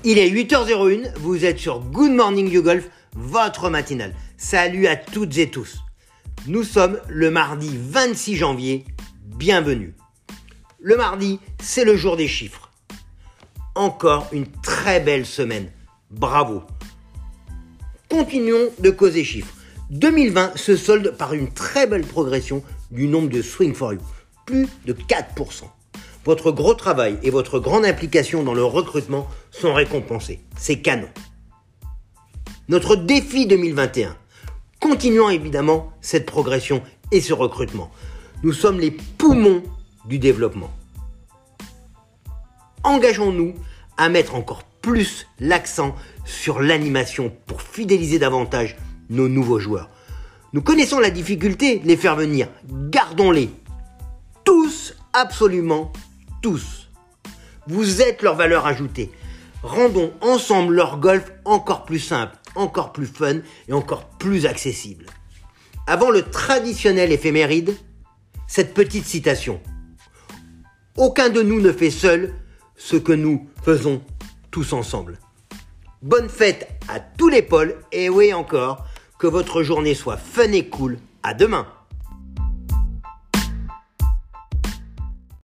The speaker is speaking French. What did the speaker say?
Il est 8h01, vous êtes sur Good Morning You Golf, votre matinale. Salut à toutes et tous. Nous sommes le mardi 26 janvier, bienvenue. Le mardi, c'est le jour des chiffres. Encore une très belle semaine, bravo. Continuons de causer chiffres. 2020 se solde par une très belle progression du nombre de Swing for You, plus de 4%. Votre gros travail et votre grande implication dans le recrutement sont récompensés. C'est canon. Notre défi 2021. Continuons évidemment cette progression et ce recrutement. Nous sommes les poumons du développement. Engageons-nous à mettre encore plus l'accent sur l'animation pour fidéliser davantage nos nouveaux joueurs. Nous connaissons la difficulté de les faire venir. Gardons-les. Tous, absolument tous. Vous êtes leur valeur ajoutée. Rendons ensemble leur golf encore plus simple, encore plus fun et encore plus accessible. Avant le traditionnel éphéméride, cette petite citation. Aucun de nous ne fait seul ce que nous faisons tous ensemble. Bonne fête à tous les pôles et oui encore, que votre journée soit fun et cool. À demain.